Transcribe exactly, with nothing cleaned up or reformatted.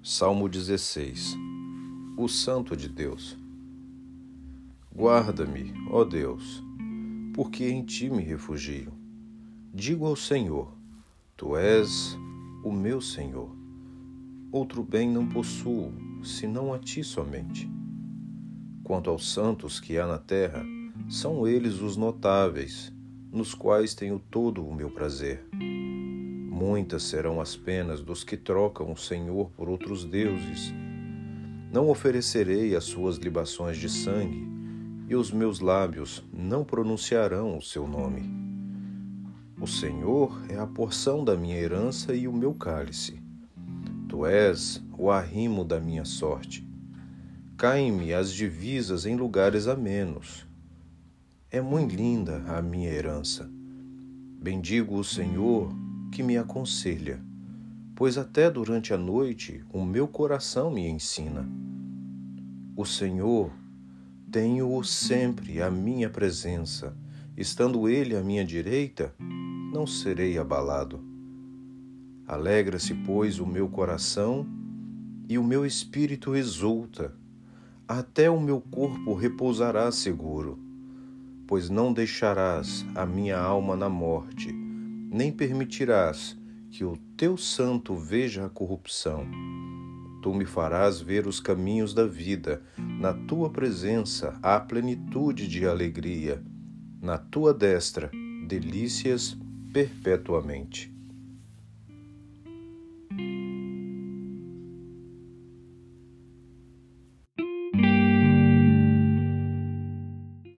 Salmo dezesseis. O Santo de Deus. Guarda-me, ó Deus, porque em ti me refugio. Digo ao Senhor, tu és o meu Senhor. Outro bem não possuo, senão a ti somente. Quanto aos santos que há na terra, são eles os notáveis, nos quais tenho todo o meu prazer. Muitas serão as penas dos que trocam o Senhor por outros deuses. Não oferecerei as suas libações de sangue, e os meus lábios não pronunciarão o seu nome. O Senhor é a porção da minha herança e o meu cálice. Tu és o arrimo da minha sorte. Caem-me as divisas em lugares amenos. É muito linda a minha herança. Bendigo o Senhor, que me aconselha, pois até durante a noite o meu coração me ensina. O Senhor, tenho-o sempre à minha presença, estando Ele à minha direita, não serei abalado. Alegra-se, pois, o meu coração e o meu espírito exulta, até o meu corpo repousará seguro, pois não deixarás a minha alma na morte, nem permitirás que o teu santo veja a corrupção. Tu me farás ver os caminhos da vida, na tua presença há plenitude de alegria, na tua destra delícias perpetuamente.